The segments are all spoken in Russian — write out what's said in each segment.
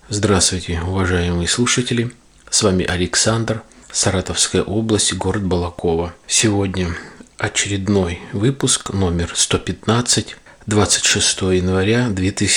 Здравствуйте, уважаемые слушатели! С вами Александр, Саратовская область, город Балаково. Сегодня очередной выпуск номер 115, 26 января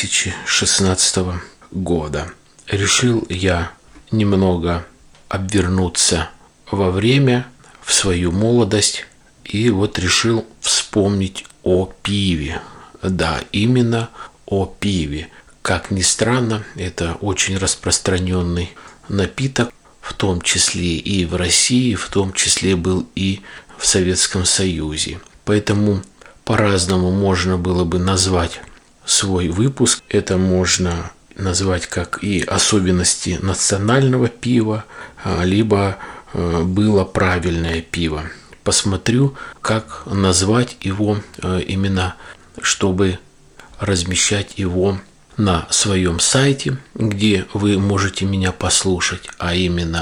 2016 года. Решил я немного обвернуться во время, в свою молодость, и вот решил вспомнить о пиве. Да, именно о пиве. Как ни странно, это очень распространенный напиток, в том числе и в России, в том числе был и в Советском Союзе. Поэтому по-разному можно было бы назвать свой выпуск. Это можно назвать как и особенности национального пива, либо было правильное пиво. Посмотрю, как назвать его именно, чтобы размещать его на своем сайте, где вы можете меня послушать, а именно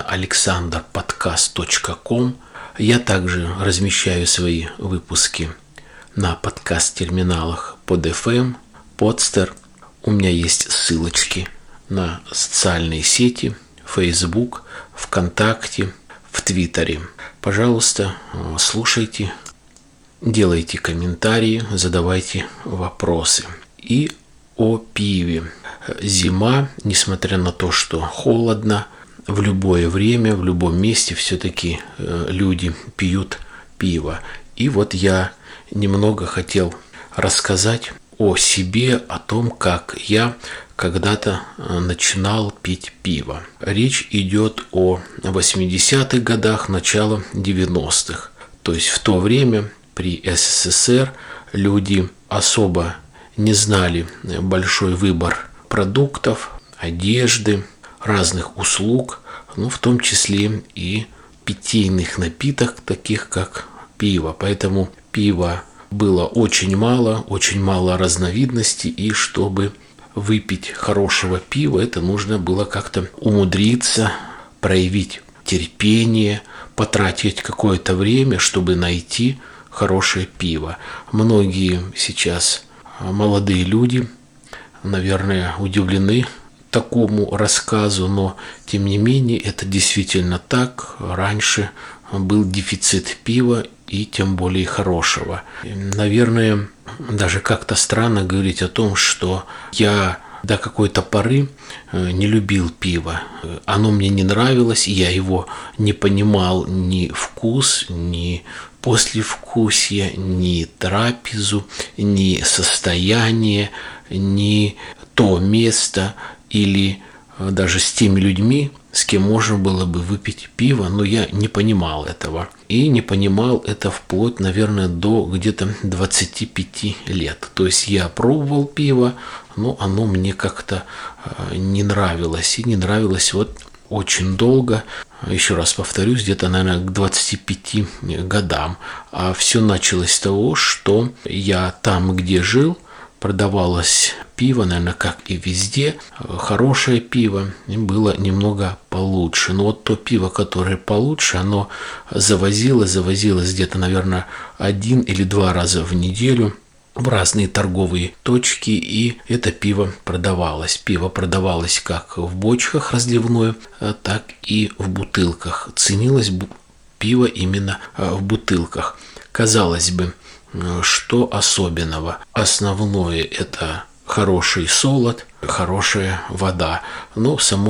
alexanderpodcast.com. Я также размещаю свои выпуски на подкаст-терминалах под FM, Podster. У меня есть ссылочки на социальные сети, Facebook, ВКонтакте, в Твиттере. Пожалуйста, слушайте, делайте комментарии, задавайте вопросы. И о пиве. Зима, несмотря на то, что холодно, в любое время, в любом месте все-таки люди пьют пиво. И вот я немного хотел рассказать о себе, о том, как я когда-то начинал пить пиво. Речь идет о 80-х годах, начало 90-х. То есть в то время при СССР люди особо не знали большой выбор продуктов, одежды, разных услуг, в том числе и питейных напитков, таких как пиво. Поэтому пива было очень мало разновидностей, и чтобы выпить хорошего пива, это нужно было как-то умудриться, проявить терпение, потратить какое-то время, чтобы найти хорошее пиво. Многие сейчас молодые люди, наверное, удивлены такому рассказу, но тем не менее это действительно так. Раньше был дефицит пива, и тем более хорошего. Наверное, даже как-то странно говорить о том, что я до какой-то поры не любил пиво. Оно мне не нравилось, я его не понимал ни вкус, ни послевкусие, ни трапезу, ни состояние, ни то место или даже с теми людьми, с кем можно было бы выпить пиво, но я не понимал этого. И не понимал это вплоть, наверное, до где-то 25 лет. То есть я пробовал пиво, но оно мне как-то не нравилось. И не нравилось вот очень долго. Еще раз повторюсь, где-то, наверное, к 25 годам. А все началось с того, что я там, где жил, продавалось пиво, наверное, как и везде. Хорошее пиво было немного получше. Но вот то пиво, которое получше, оно завозилось где-то, наверное, 1 или 2 раза в неделю в разные торговые точки, и это пиво продавалось. Пиво продавалось как в бочках разливное, так и в бутылках. Ценилось пиво именно в бутылках. Казалось бы, что особенного? Основное – это хороший солод, хорошая вода. Но само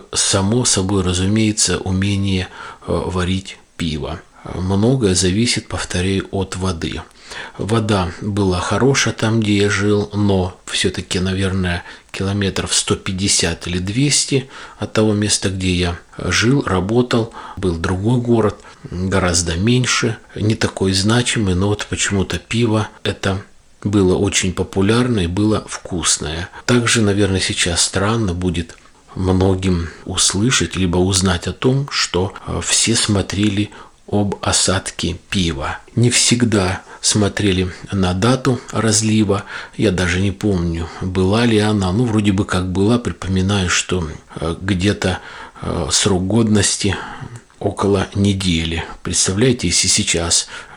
собой разумеется, умение варить пиво. Многое зависит, повторяю, от воды. Вода была хорошая там, где я жил, но все-таки, наверное, километров 150 или 200 от того места, где я жил, работал, был другой город, гораздо меньше, не такой значимый, но вот почему-то пиво это было очень популярно и было вкусное. Также, наверное, сейчас странно будет многим услышать, либо узнать о том, что все смотрели об осадке пива. Не всегда смотрели на дату разлива. Я даже не помню, была ли она. Вроде бы как была. Припоминаю, что где-то срок годности около недели. Представляете, если сейчас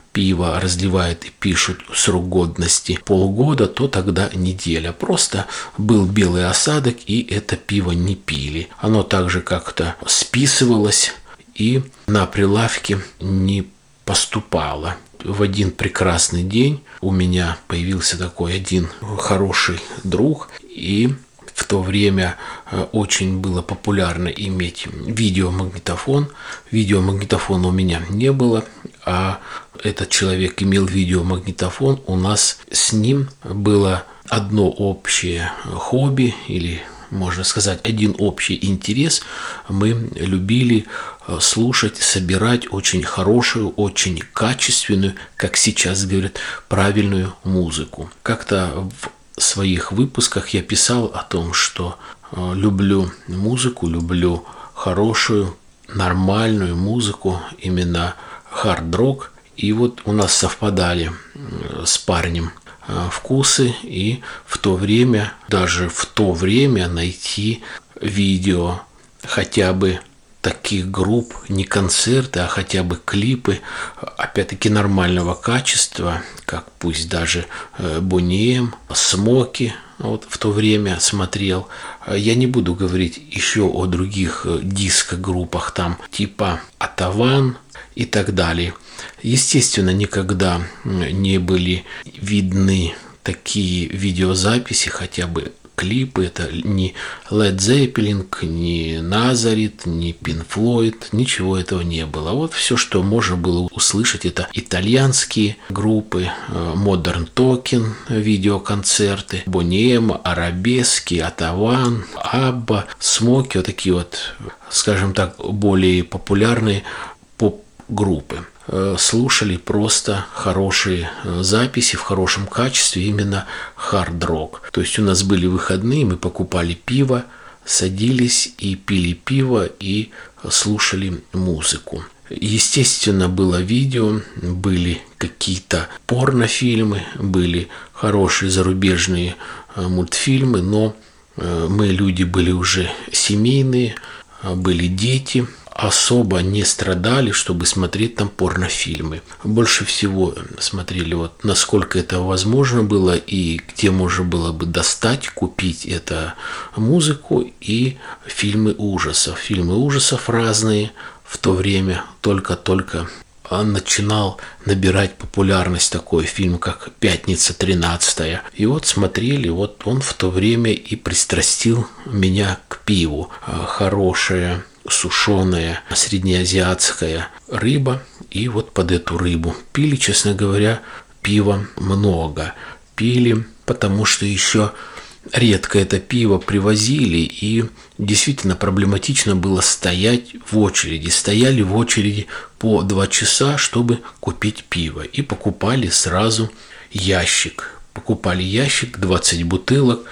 пиво разливают и пишут срок годности полгода, то тогда неделя. Просто был белый осадок, и это пиво не пили. Оно также как-то списывалось и на прилавке не поступало. В один прекрасный день у меня появился такой один хороший друг, и в то время очень было популярно иметь видеомагнитофон. Видеомагнитофона у меня не было, а этот человек имел видеомагнитофон. У нас с ним было одно общее хобби, или, можно сказать, один общий интерес. Мы любили слушать, собирать очень хорошую, очень качественную, как сейчас говорят, правильную музыку. Как-то в своих выпусках я писал о том, что люблю музыку, люблю хорошую, нормальную музыку, именно хард-рок. И вот у нас совпадали с парнем вкусы, и в то время, даже в то время найти видео хотя бы таких групп, не концерты, а хотя бы клипы, опять-таки нормального качества, как пусть даже Boney M, Смоки, вот в то время смотрел. Я не буду говорить еще о других диско-группах, там типа Атаван и так далее. Естественно, никогда не были видны такие видеозаписи, хотя бы клипы. Это ни Led Zeppelin, ни Nazareth, ни Pink Floyd, ничего этого не было. Вот все, что можно было услышать, это итальянские группы, Modern Talking, видеоконцерты, Boney M, Арабески, Атаван, Абба, Смоки, вот такие вот, скажем так, более популярные поп-группы. Слушали просто хорошие записи в хорошем качестве, именно хард-рок. То есть у нас были выходные, мы покупали пиво, садились и пили пиво и слушали музыку. Естественно, было видео, были какие-то порнофильмы, были хорошие зарубежные мультфильмы, но мы люди были уже семейные, были дети, особо не страдали, чтобы смотреть там порнофильмы. Больше всего смотрели, вот насколько это возможно было и где можно было бы достать, купить эту музыку, и фильмы ужасов. Фильмы ужасов разные в то время только-только начинал набирать популярность такой фильм, как «Пятница 13-я». И вот смотрели, вот он в то время и пристрастил меня к пиву. Хорошая сушеная среднеазиатская рыба, и вот под эту рыбу пили, честно говоря, пива много. Пили, потому что еще редко это пиво привозили, и действительно проблематично было стоять в очереди. Стояли в очереди по 2 часа, чтобы купить пиво, и покупали сразу ящик. Покупали ящик, 20 бутылок.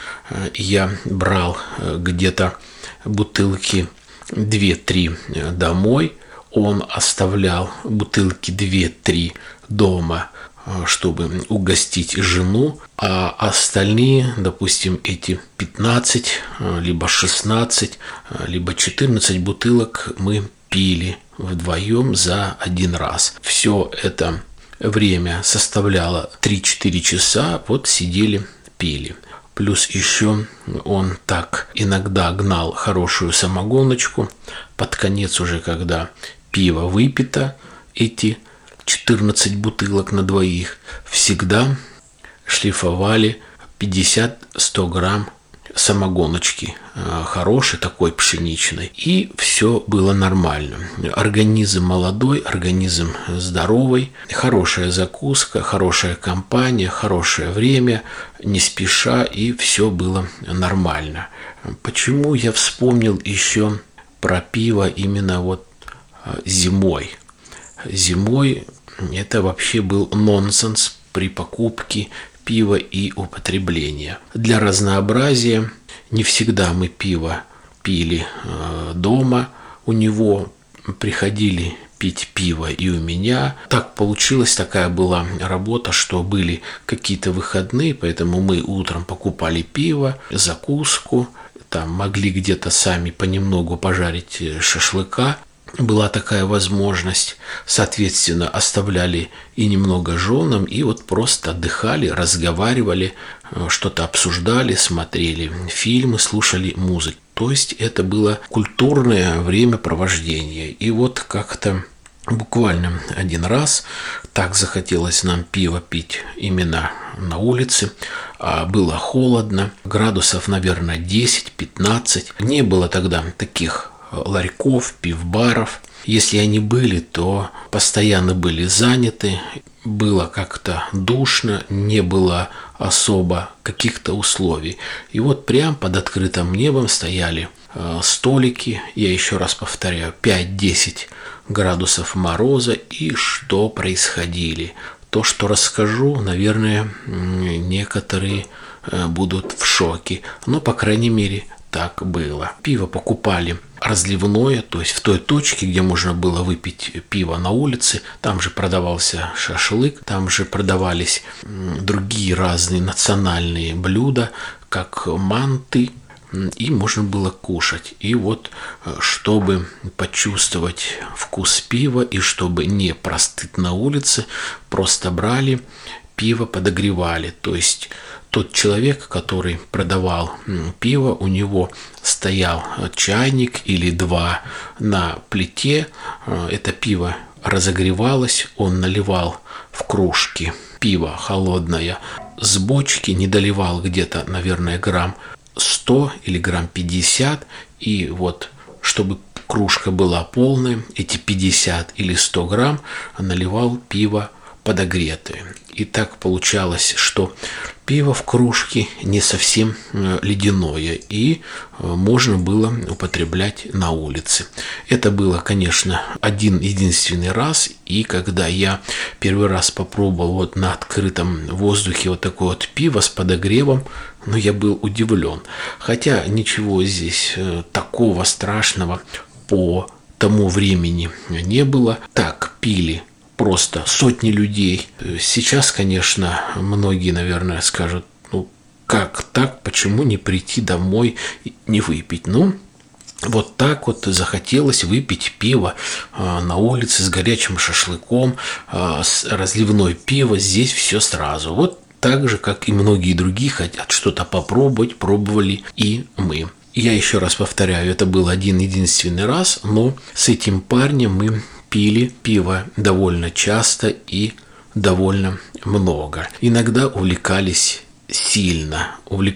Я брал где-то бутылки 2-3 домой, он оставлял бутылки 2-3 дома, чтобы угостить жену, а остальные, допустим, эти 15, либо 16, либо 14 бутылок мы пили вдвоем за один раз. Все это время составляло 3-4 часа, вот сидели, пили. Плюс еще он так иногда гнал хорошую самогоночку. Под конец уже, когда пиво выпито, эти 14 бутылок на двоих, всегда шлифовали 50-100 грамм самогоночки, хорошей такой пшеничной, и все было нормально. Организм молодой, организм здоровый, хорошая закуска, хорошая компания, хорошее время, не спеша, и все было нормально. Почему я вспомнил еще про пиво именно вот зимой? Зимой это вообще был нонсенс при покупке пива и употребления. Для разнообразия не всегда мы пиво пили дома, у него приходили пить пиво и у меня. Так получилось, такая была работа, что были какие-то выходные, поэтому мы утром покупали пиво, закуску, там могли где-то сами понемногу пожарить шашлыка, была такая возможность, соответственно, оставляли и немного женам, и вот просто отдыхали, разговаривали, что-то обсуждали, смотрели фильмы, слушали музыку. То есть это было культурное времяпровождение. И вот как-то буквально один раз так захотелось нам пиво пить именно на улице. Было холодно, градусов, наверное, 10-15. Не было тогда таких ларьков, пивбаров. Если они были, то постоянно были заняты. Было как-то душно, не было особо каких-то условий. И вот прям под открытым небом стояли столики, я еще раз повторяю, 5-10 градусов мороза. И что происходили? То, что расскажу, наверное, некоторые будут в шоке. Но, по крайней мере, так было. Пиво покупали разливное, то есть в той точке, где можно было выпить пиво на улице. Там же продавался шашлык, там же продавались другие разные национальные блюда, как манты, и можно было кушать. И вот, чтобы почувствовать вкус пива и чтобы не простыть на улице, просто брали пиво, подогревали. То есть тот человек, который продавал пиво, у него стоял чайник или два на плите. Это пиво разогревалось, он наливал в кружки пиво холодное с бочки, не доливал где-то, наверное, грамм 100 или грамм 50. И вот, чтобы кружка была полная, эти 50 или 100 грамм наливал пиво подогретое. И так получалось, что пиво в кружке не совсем ледяное, и можно было употреблять на улице. Это было, конечно, один единственный раз, и когда я первый раз попробовал вот на открытом воздухе вот такое вот пиво с подогревом, но я был удивлен. Хотя ничего здесь такого страшного по тому времени не было. Так пили просто сотни людей. Сейчас, конечно, многие, наверное, скажут, ну как так, почему не прийти домой и не выпить? Ну, вот так вот захотелось выпить пиво на улице с горячим шашлыком, с разливное пиво, здесь все сразу. Вот так же, как и многие другие хотят что-то попробовать, пробовали и мы. Я еще раз повторяю, это был один единственный раз, но с этим парнем мы пили пиво довольно часто и довольно много. Иногда увлекались сильно,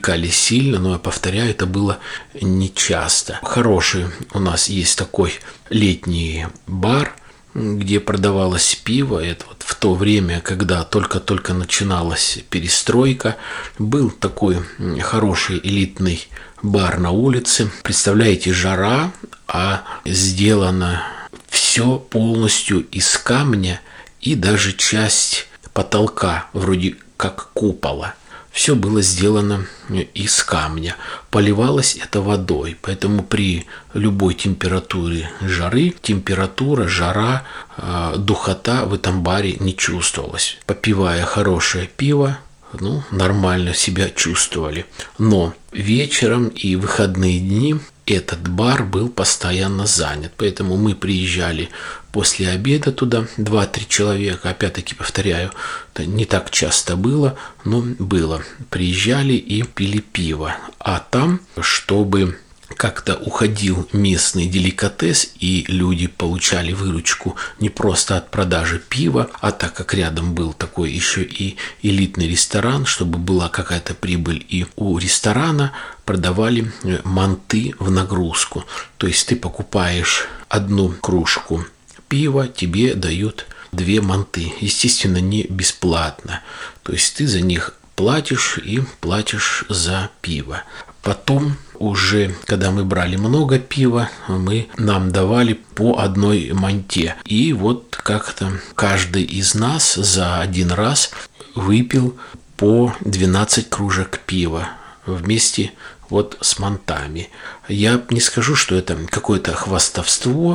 но я повторяю, это было не часто. Хороший у нас есть такой летний бар, где продавалось пиво. Это вот в то время, когда только-только начиналась перестройка, был такой хороший элитный бар на улице. Представляете, жара, а сделано все полностью из камня, и даже часть потолка, вроде как купола, все было сделано из камня. Поливалось это водой, поэтому при любой температуре жары, жара, духота в этом баре не чувствовалась. Попивая хорошее пиво, нормально себя чувствовали. Но вечером и выходные дни этот бар был постоянно занят. Поэтому мы приезжали после обеда туда, 2-3 человека. Опять-таки повторяю, это не так часто было, но было. Приезжали и пили пиво. А там, чтобы как-то уходил местный деликатес, и люди получали выручку не просто от продажи пива, а так как рядом был такой еще и элитный ресторан, чтобы была какая-то прибыль и у ресторана, продавали манты в нагрузку. То есть ты покупаешь одну кружку пива, тебе дают 2 манты. Естественно, не бесплатно. То есть ты за них платишь и платишь за пиво. Потом уже, когда мы брали много пива, нам давали по одной манте. И вот как-то каждый из нас за один раз выпил по 12 кружек пива вместе вот с мантами. Я не скажу, что это какое-то хвастовство,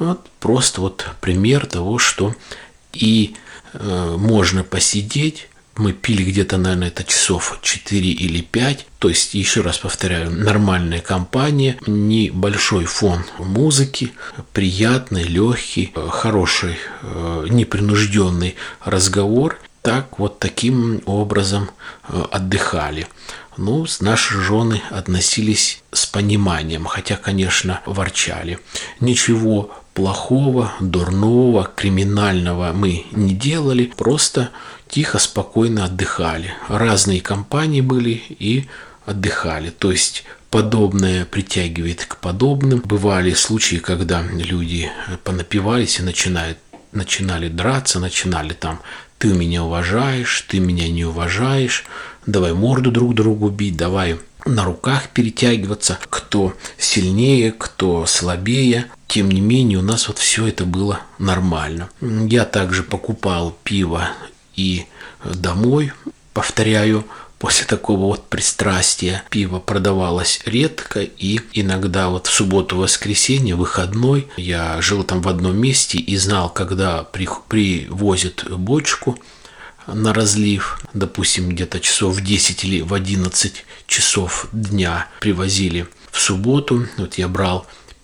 просто вот пример того, что и можно посидеть, Мы пили где-то, наверное, это часов 4 или 5. То есть, еще раз повторяю, нормальная компания, небольшой фон музыки, приятный, легкий, хороший, непринужденный разговор. Так вот таким образом отдыхали. Ну, наши жены относились с пониманием, хотя, конечно, ворчали. Ничего плохого, дурного, криминального мы не делали, просто тихо, спокойно отдыхали. Разные компании были и отдыхали. То есть подобное притягивает к подобным. Бывали случаи, когда люди понапивались и начинали драться, начинали там: ты меня уважаешь, ты меня не уважаешь, давай морду друг другу бить, давай на руках перетягиваться, кто сильнее, кто слабее. Тем не менее, у нас вот все это было нормально. Я также покупал пиво и домой, повторяю, после такого вот пристрастия. Пиво продавалось редко, и иногда вот в субботу-воскресенье, выходной, я жил там в одном месте и знал, когда привозят бочку на разлив, допустим, где-то часов в 10 или в 11 часов дня привозили в субботу. Вот я брал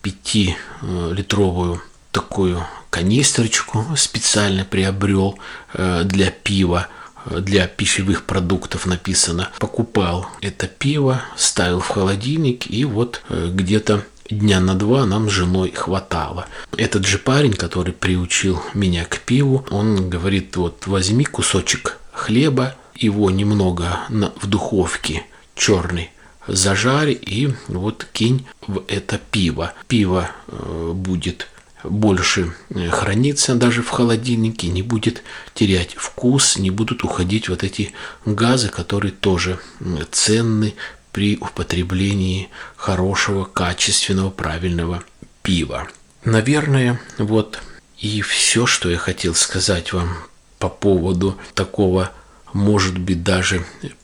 5-литровую такую канистрочку, специально приобрел для пива, для пищевых продуктов написано. Покупал это пиво, ставил в холодильник, и вот где-то дня на 2 нам с женой хватало. Этот же парень, который приучил меня к пиву, он говорит: вот возьми кусочек хлеба, его немного в духовке черный зажарь и вот кинь в это пиво. Пиво будет больше храниться даже в холодильнике, не будет терять вкус, не будут уходить вот эти газы, которые тоже ценны при употреблении хорошего, качественного, правильного пива. Наверное, вот и все, что я хотел сказать вам по поводу такого, может быть, даже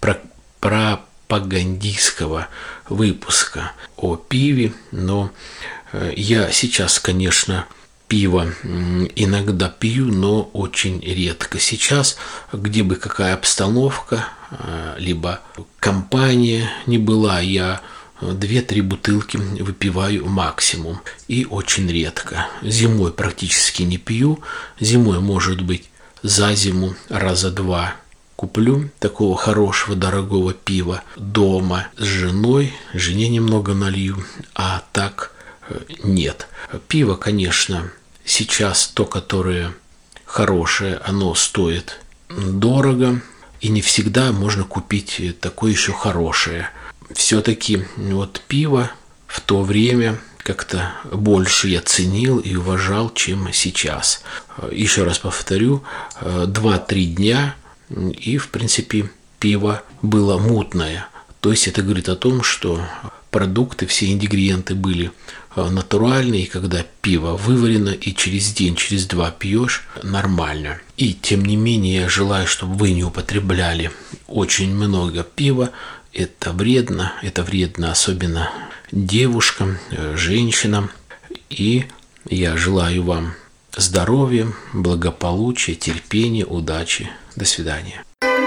пропагандистского выпуска о пиве. Но я сейчас, конечно, пиво иногда пью, но очень редко. Сейчас, где бы какая обстановка, либо компания не была, я 2-3 бутылки выпиваю максимум, и очень редко. Зимой практически не пью. Зимой, может быть, за зиму раза 2 куплю такого хорошего, дорогого пива дома с женой, жене немного налью, а так нет. Пиво, конечно, сейчас то, которое хорошее, оно стоит дорого, и не всегда можно купить такое еще хорошее. Все-таки вот пиво в то время как-то больше я ценил и уважал, чем сейчас. Еще раз повторю, 2-3 дня, и, в принципе, пиво было мутное. То есть это говорит о том, что продукты, все ингредиенты были натуральные, и когда пиво выварено и через день, через 2 пьешь, нормально. И тем не менее, я желаю, чтобы вы не употребляли очень много пива. Это вредно особенно девушкам, женщинам. И я желаю вам здоровья, благополучия, терпения, удачи. До свидания.